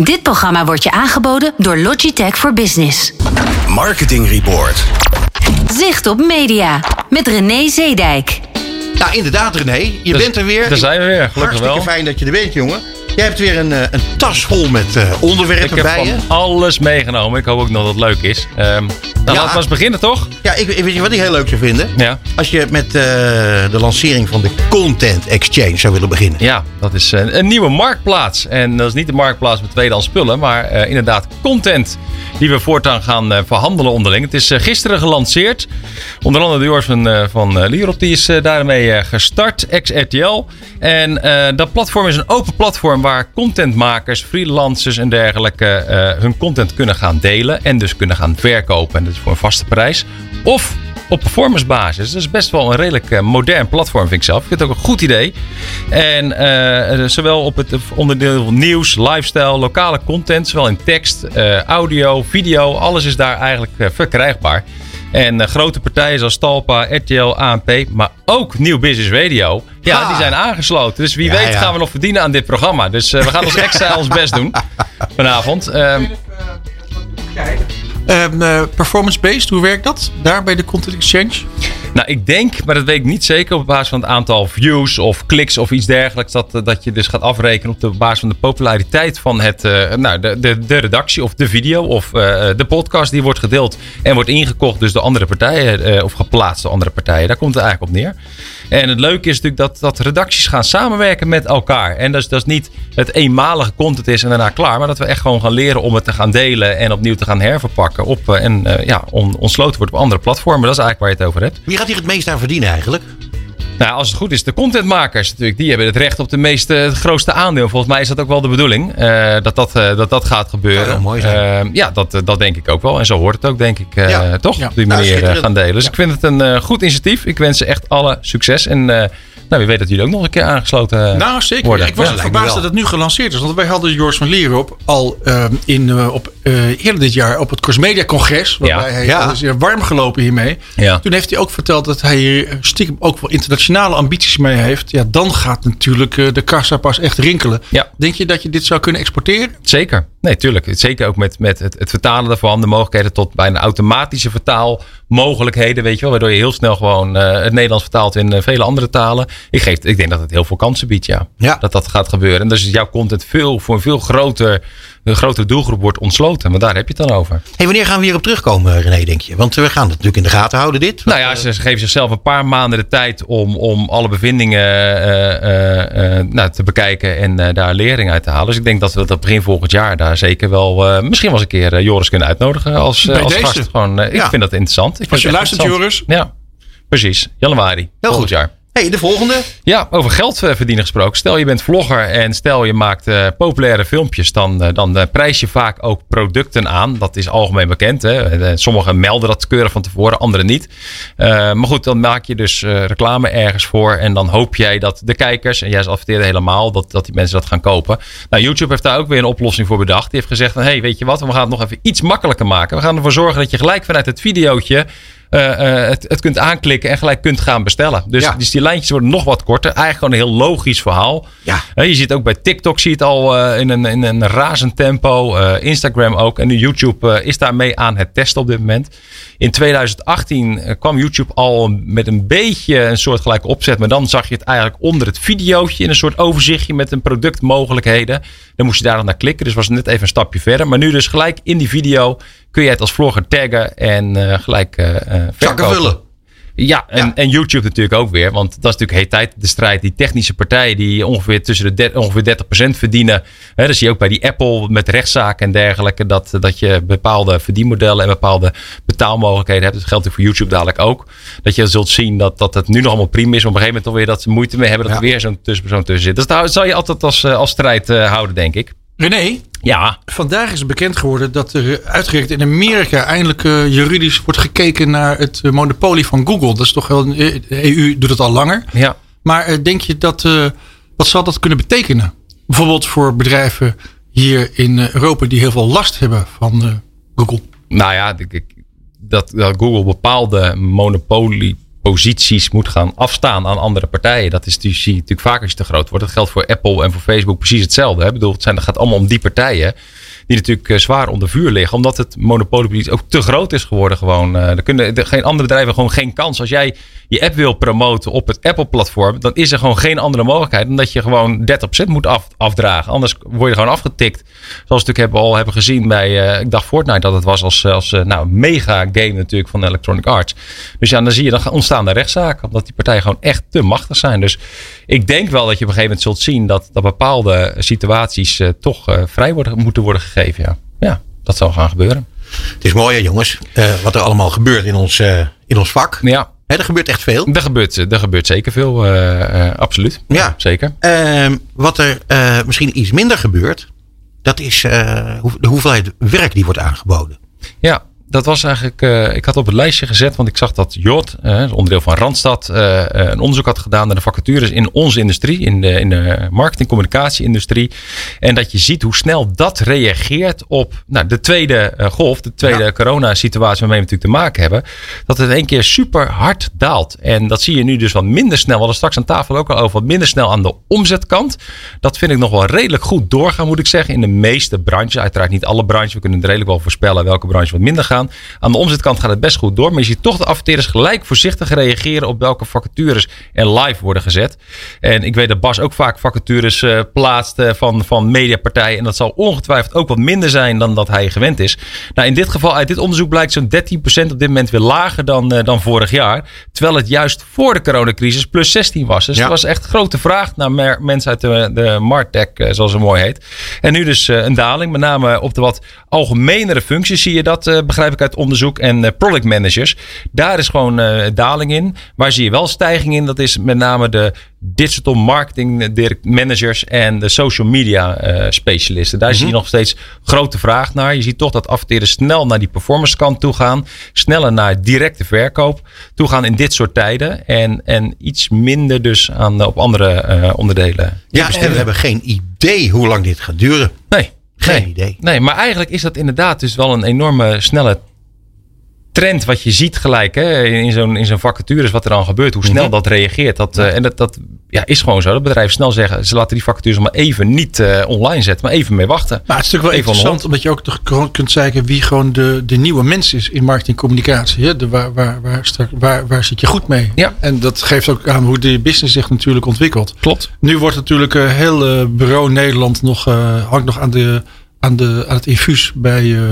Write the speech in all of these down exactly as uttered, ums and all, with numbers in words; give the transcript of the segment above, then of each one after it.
Dit programma wordt je aangeboden door Logitech voor Business. Marketing Report. Zicht op media met René Zeedijk. Nou, inderdaad, René. Je dus, bent er weer. Daar zijn we weer, gelukkig Hartstikke wel. fijn dat je er bent, jongen. Jij hebt weer een, een tas vol met uh, onderwerpen ik bij je. Ik heb van alles meegenomen. Ik hoop ook nog dat het leuk is. Um, nou, ja. laten we eens beginnen, toch? Ja, ik, ik weet je wat ik heel leuk zou vinden? Ja. Als je met uh, de lancering van de Content Exchange zou willen beginnen. Ja, dat is een, een nieuwe marktplaats. En dat is niet de marktplaats met tweedehands spullen, maar uh, inderdaad content die we voortaan gaan uh, verhandelen onderling. Het is uh, gisteren gelanceerd. Onder andere de Joris van, uh, van uh, Lierop, die is uh, daarmee uh, gestart, ex-R T L. En uh, dat platform is een open platform waar contentmakers, freelancers en dergelijke uh, hun content kunnen gaan delen en dus kunnen gaan verkopen. En dat is voor een vaste prijs. Of op performance basis. Dat is best wel een redelijk uh, modern platform, vind ik zelf. Ik vind het ook een goed idee. En uh, zowel op het onderdeel nieuws, lifestyle, lokale content, zowel in tekst, uh, audio, video, alles is daar eigenlijk uh, verkrijgbaar. En uh, grote partijen zoals Talpa, R T L, A N P, maar ook Nieuw Business Radio. Ja, ha. Die zijn aangesloten. Dus wie ja, weet ja. gaan we nog verdienen aan dit programma. Dus uh, we gaan ons extra ons best doen vanavond. Uh, Um, uh, Performance-based, hoe werkt dat daar bij de Content Exchange? Nou, ik denk, maar dat weet ik niet zeker, op basis van het aantal views of kliks of iets dergelijks, dat, dat je dus gaat afrekenen op de basis van de populariteit van het, uh, nou, de, de, de redactie of de video of uh, de podcast die wordt gedeeld en wordt ingekocht dus door andere partijen uh, of geplaatst door andere partijen. Daar komt het eigenlijk op neer. En het leuke is natuurlijk dat, dat redacties gaan samenwerken met elkaar. En dat is, dat is niet het eenmalige content is en daarna klaar, maar dat we echt gewoon gaan leren om het te gaan delen en opnieuw te gaan herverpakken op, uh, en uh, ja, on, ontsloten wordt op andere platformen. Dat is eigenlijk waar je het over hebt. Wie gaat hier het meest aan verdienen eigenlijk? Nou, als het goed is, de contentmakers natuurlijk, die hebben het recht op de meeste, het grootste aandeel. Volgens mij is dat ook wel de bedoeling, uh, dat, dat, uh, dat dat gaat gebeuren. Ja, mooi zijn. Uh, ja, dat, uh, dat denk ik ook wel. En zo hoort het ook, denk ik, uh, ja. toch? Ja. Op die Nou, manier uh, gaan delen. Dus ja. ik vind het een uh, goed initiatief. Ik wens ze echt alle succes. En uh, nou, wie weet dat jullie ook nog een keer aangesloten uh, Nou, zeker. worden. Ik was ja, verbaasd dat het nu gelanceerd is. Want wij hadden Joris van Lierop al uh, in, uh, op, uh, eerder dit jaar op het Cosmedia Congres. Waarbij Ja. hij Ja. is warm gelopen hiermee. Ja. Toen heeft hij ook verteld dat hij hier stiekem ook wel internationale ambities mee heeft. Ja, dan gaat natuurlijk uh, de kassa pas echt rinkelen. Ja. Denk je dat je dit zou kunnen exporteren? Zeker. Nee, tuurlijk. Zeker ook met, met het, het vertalen daarvan. De mogelijkheden tot bijna automatische vertaalmogelijkheden. Weet je wel, waardoor je heel snel gewoon uh, het Nederlands vertaalt in uh, vele andere talen. Ik, geef, ik denk dat het heel veel kansen biedt, ja. Ja. Dat dat gaat gebeuren. En dus jouw content veel, voor een veel groter, een grotere doelgroep wordt ontsloten. Maar daar heb je het dan over. Hey, wanneer gaan we hierop terugkomen, René, denk je? Want we gaan het natuurlijk in de gaten houden, dit. Nou ja, ze geven zichzelf een paar maanden de tijd om, om alle bevindingen uh, uh, uh, nou, te bekijken en uh, daar lering uit te halen. Dus ik denk dat we dat begin volgend jaar daar zeker wel, uh, misschien wel eens een keer uh, Joris kunnen uitnodigen als, uh, als gast. Gewoon, uh, Ja. Ik vind dat interessant. Ik Als vind je het echt luistert, interessant. Joris. Ja, precies. Januari, volgend goed. jaar. Hey, de volgende. Ja, over geld verdienen gesproken. Stel je bent vlogger en stel je maakt uh, populaire filmpjes. Dan, uh, dan uh, prijs je vaak ook producten aan. Dat is algemeen bekend. Hè? Sommigen melden dat keurig van tevoren, anderen niet. Uh, maar goed, dan maak je dus uh, reclame ergens voor. En dan hoop jij dat de kijkers, en jij adverteerde helemaal, dat, dat die mensen dat gaan kopen. Nou, YouTube heeft daar ook weer een oplossing voor bedacht. Die heeft gezegd, hé, hey, weet je wat, we gaan het nog even iets makkelijker maken. We gaan ervoor zorgen dat je gelijk vanuit het videootje Uh, uh, het, het kunt aanklikken en gelijk kunt gaan bestellen. Dus, Ja. dus die lijntjes worden nog wat korter. Eigenlijk gewoon een heel logisch verhaal. Ja. Uh, je ziet ook bij TikTok zie je het al uh, in, een, in een razend tempo. Uh, Instagram ook. En nu YouTube uh, is daarmee aan het testen op dit moment. In twintig achttien uh, kwam YouTube al met een beetje een soort gelijke opzet. Maar dan zag je het eigenlijk onder het videootje in een soort overzichtje met een productmogelijkheden. Dan moest je daar dan naar klikken. Dus was het net even een stapje verder. Maar nu dus gelijk in die video kun je het als vlogger taggen en uh, gelijk uh, Zakken vullen. Ja, en, Ja. en YouTube natuurlijk ook weer. Want dat is natuurlijk heet tijd de strijd. Die technische partijen die ongeveer tussen de de, ongeveer dertig procent verdienen. Hè, dat zie je ook bij die Apple met rechtszaken en dergelijke. Dat, dat je bepaalde verdienmodellen en bepaalde betaalmogelijkheden hebt. Dat geldt natuurlijk voor YouTube dadelijk ook. Dat je zult zien dat, dat het nu nog allemaal prima is. Maar op een gegeven moment alweer dat ze moeite mee hebben. Dat Ja. er weer zo'n tussenpersoon tussen zit. Dus dat zal je altijd als, als strijd uh, houden, denk ik. René, Ja. vandaag is bekend geworden dat er uitgerekend in Amerika eindelijk uh, juridisch wordt gekeken naar het uh, monopolie van Google. Dat is toch wel, de E U doet het al langer. Ja. Maar uh, denk je dat, uh, wat zal dat kunnen betekenen? Bijvoorbeeld voor bedrijven hier in uh, Europa die heel veel last hebben van uh, Google. Nou ja, ik, ik, dat, dat Google bepaalde monopolie posities moet gaan afstaan aan andere partijen. Dat is, die zie je natuurlijk vaak als je te groot wordt. Dat geldt voor Apple en voor Facebook precies hetzelfde. Hè? Ik bedoel, het, zijn, het gaat allemaal om die partijen die natuurlijk uh, zwaar onder vuur liggen. Omdat het monopolie ook te groot is geworden gewoon. Uh, er kunnen er, geen andere bedrijven gewoon geen kans. Als jij je app wil promoten op het Apple-platform, dan is er gewoon geen andere mogelijkheid dan dat je gewoon dertig procent moet af, afdragen. Anders word je gewoon afgetikt. Zoals we natuurlijk hebben, al hebben gezien bij, uh, ik dacht Fortnite dat het was als, als uh, nou, mega game natuurlijk van Electronic Arts. Dus ja, dan zie je, dan ontstaan er rechtszaken. Omdat die partijen gewoon echt te machtig zijn. Dus ik denk wel dat je op een gegeven moment zult zien dat, dat bepaalde situaties uh, toch uh, vrij worden, moeten worden gegeven. Ja. ja, dat zal gaan gebeuren. Het is mooi hè jongens, uh, wat er allemaal gebeurt in ons, uh, in ons vak. Ja. He, er gebeurt echt veel. Er gebeurt, er gebeurt zeker veel, uh, uh, absoluut. Ja, zeker. Uh, wat er uh, misschien iets minder gebeurt, dat is uh, hoe, de hoeveelheid werk die wordt aangeboden. Ja, dat was eigenlijk, uh, ik had op het lijstje gezet, want ik zag dat Jot, uh, onderdeel van Randstad, uh, een onderzoek had gedaan naar de vacatures in onze industrie, in de, in de marketing-communicatie-industrie. En dat je ziet hoe snel dat reageert op nou, de tweede uh, golf, de tweede ja. coronasituatie waarmee we natuurlijk te maken hebben. Dat het in één keer super hard daalt. En dat zie je nu dus wat minder snel. We hadden straks aan tafel ook al over wat minder snel aan de omzetkant. Dat vind ik nog wel redelijk goed doorgaan, moet ik zeggen, in de meeste branches. Uiteraard niet alle branches. We kunnen het redelijk wel voorspellen welke branches wat minder gaan. Aan de omzetkant gaat het best goed door. Maar je ziet toch de adverteerders gelijk voorzichtig reageren op welke vacatures er live worden gezet. En ik weet dat Bas ook vaak vacatures uh, plaatst uh, van, van mediapartijen. En dat zal ongetwijfeld ook wat minder zijn dan dat hij gewend is. Nou, in dit geval, uit dit onderzoek blijkt zo'n dertien procent op dit moment weer lager dan, uh, dan vorig jaar. Terwijl het juist voor de coronacrisis plus zestien was. Dus ja. er was echt grote vraag naar mer- mensen uit de, de Martech, uh, zoals het mooi heet. En nu dus uh, een daling. Met name op de wat algemenere functies zie je dat, uh, begrijp ik uit onderzoek. En uh, product managers. Daar is gewoon uh, daling in. Waar zie je wel stijging in? Dat is met name de digital marketing managers en de social media uh, specialisten. Daar mm-hmm. zie je nog steeds grote vraag naar. Je ziet toch dat adverteerders snel naar die performance kant toe gaan. Sneller naar directe verkoop toe gaan in dit soort tijden. En, en iets minder dus aan, op andere uh, onderdelen. Ja, en we hebben geen idee hoe lang dit gaat duren. Nee. Geen nee, idee. Nee, maar eigenlijk is dat inderdaad dus wel een enorme snelle trend wat je ziet gelijk hè, in zo'n in zo'n vacatures wat er dan gebeurt, hoe snel mm-hmm. dat reageert. Dat, uh, en dat, dat ja, is gewoon zo. Dat bedrijven snel zeggen, ze laten die vacatures maar even niet uh, online zetten, maar even mee wachten. Maar het is natuurlijk wel even interessant, omdat je ook toch kunt zeggen wie gewoon de, de nieuwe mens is in marketingcommunicatie. Hè? De, waar, waar, waar, waar, waar zit je goed mee? Ja. En dat geeft ook aan hoe de business zich natuurlijk ontwikkelt. Klopt. Nu wordt natuurlijk uh, heel uh, bureau Nederland nog, uh, hangt nog aan, de, aan, de, aan het infuus bij... Uh,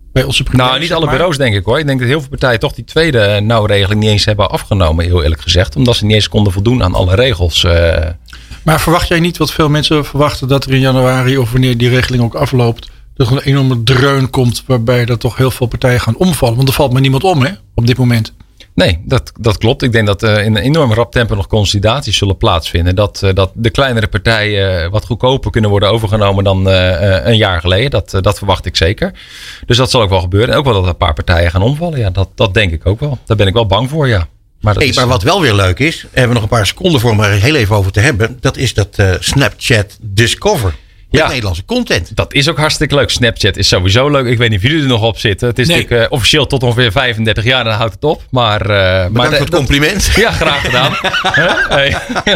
Nou, niet alle bureaus denk ik hoor. Ik denk dat heel veel partijen toch die tweede nauwregeling niet eens hebben afgenomen, heel eerlijk gezegd. Omdat ze niet eens konden voldoen aan alle regels. Uh... Maar verwacht jij niet wat veel mensen verwachten dat er in januari of wanneer die regeling ook afloopt, dat er een enorme dreun komt waarbij er toch heel veel partijen gaan omvallen? Want er valt maar niemand om hè, op dit moment. Nee, dat, dat klopt. Ik denk dat uh, in een enorm rap tempo nog consolidaties zullen plaatsvinden. Dat, uh, dat de kleinere partijen uh, wat goedkoper kunnen worden overgenomen dan uh, uh, een jaar geleden. Dat, uh, dat verwacht ik zeker. Dus dat zal ook wel gebeuren. En ook wel dat een paar partijen gaan omvallen. Ja, dat, dat denk ik ook wel. Daar ben ik wel bang voor, ja. Maar, dat hey, is, maar wat wel weer leuk is, hebben we nog een paar seconden voor om er heel even over te hebben. Dat is dat uh, Snapchat Discover. Met ja, Nederlandse content. Dat is ook hartstikke leuk. Snapchat is sowieso leuk. Ik weet niet of jullie er nog op zitten. Het is nee. natuurlijk uh, officieel tot ongeveer vijfendertig jaar. Dan houdt het op. Maar, uh, Bedankt maar voor het compliment. Dat, ja, graag gedaan. hey.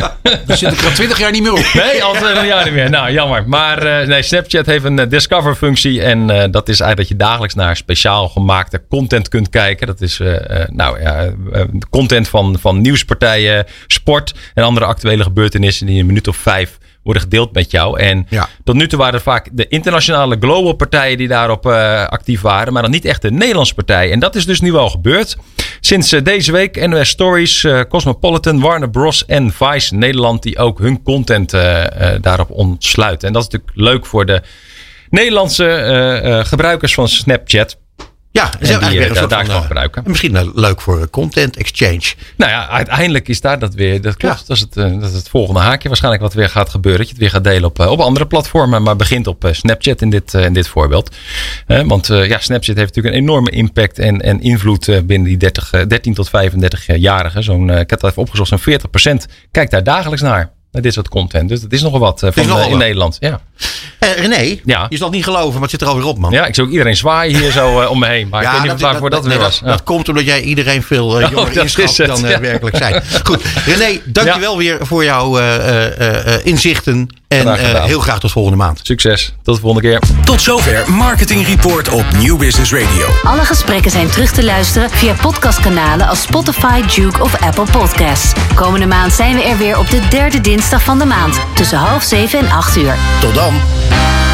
We zitten er al twintig jaar niet meer op. Nee, al twintig jaar niet meer. Nou, jammer. Maar uh, nee, Snapchat heeft een uh, Discover functie. En uh, dat is eigenlijk dat je dagelijks naar speciaal gemaakte content kunt kijken. Dat is uh, uh, nou ja, uh, content van, van nieuwspartijen, sport en andere actuele gebeurtenissen die in een minuut of vijf worden gedeeld met jou. En ja. tot nu toe waren er vaak de internationale global partijen die daarop uh, actief waren, maar dan niet echt de Nederlandse partij. En dat is dus nu wel gebeurd. Sinds uh, deze week N O S Stories, uh, Cosmopolitan, Warner Bros. En Vice Nederland die ook hun content uh, uh, daarop ontsluiten. En dat is natuurlijk leuk voor de Nederlandse uh, uh, gebruikers van Snapchat. Ja, en die uh, daar, daar kan gebruiken. Misschien leuk voor content exchange. Nou ja, uiteindelijk is daar dat weer. Dat klopt. Ja. Dat, is het, uh, dat is het volgende haakje waarschijnlijk wat weer gaat gebeuren. Dat je het weer gaat delen op, uh, op andere platformen. Maar begint op uh, Snapchat in dit, uh, in dit voorbeeld. Uh, want uh, ja, Snapchat heeft natuurlijk een enorme impact en, en invloed uh, binnen die dertig, uh, dertien tot vijfendertig-jarigen. Zo'n, uh, ik heb het even opgezocht, zo'n veertig procent kijkt daar dagelijks naar. naar dit soort content. Dus dat is nogal wat uh, van, nogal uh, in wat. Nederland. Ja. Uh, René, ja. je zal het niet geloven, maar het zit er alweer op, man. Ja, ik zie ook iedereen zwaaien hier zo uh, om me heen. Maar ja, ik weet niet waarvoor dat, dat, dat weer was. Dat, ja. dat komt omdat jij iedereen veel uh, jonger oh, inschat dan uh, ja. werkelijk zijn. Goed, René, dankjewel ja. weer voor jouw uh, uh, uh, inzichten. En uh, heel graag tot volgende maand. Succes. Tot de volgende keer. Tot zover Marketing Report op Nieuw Business Radio. Alle gesprekken zijn terug te luisteren via podcastkanalen als Spotify, Juke of Apple Podcasts. Komende maand zijn we er weer op de derde dinsdag van de maand. Tussen half zeven en acht uur. Tot dan.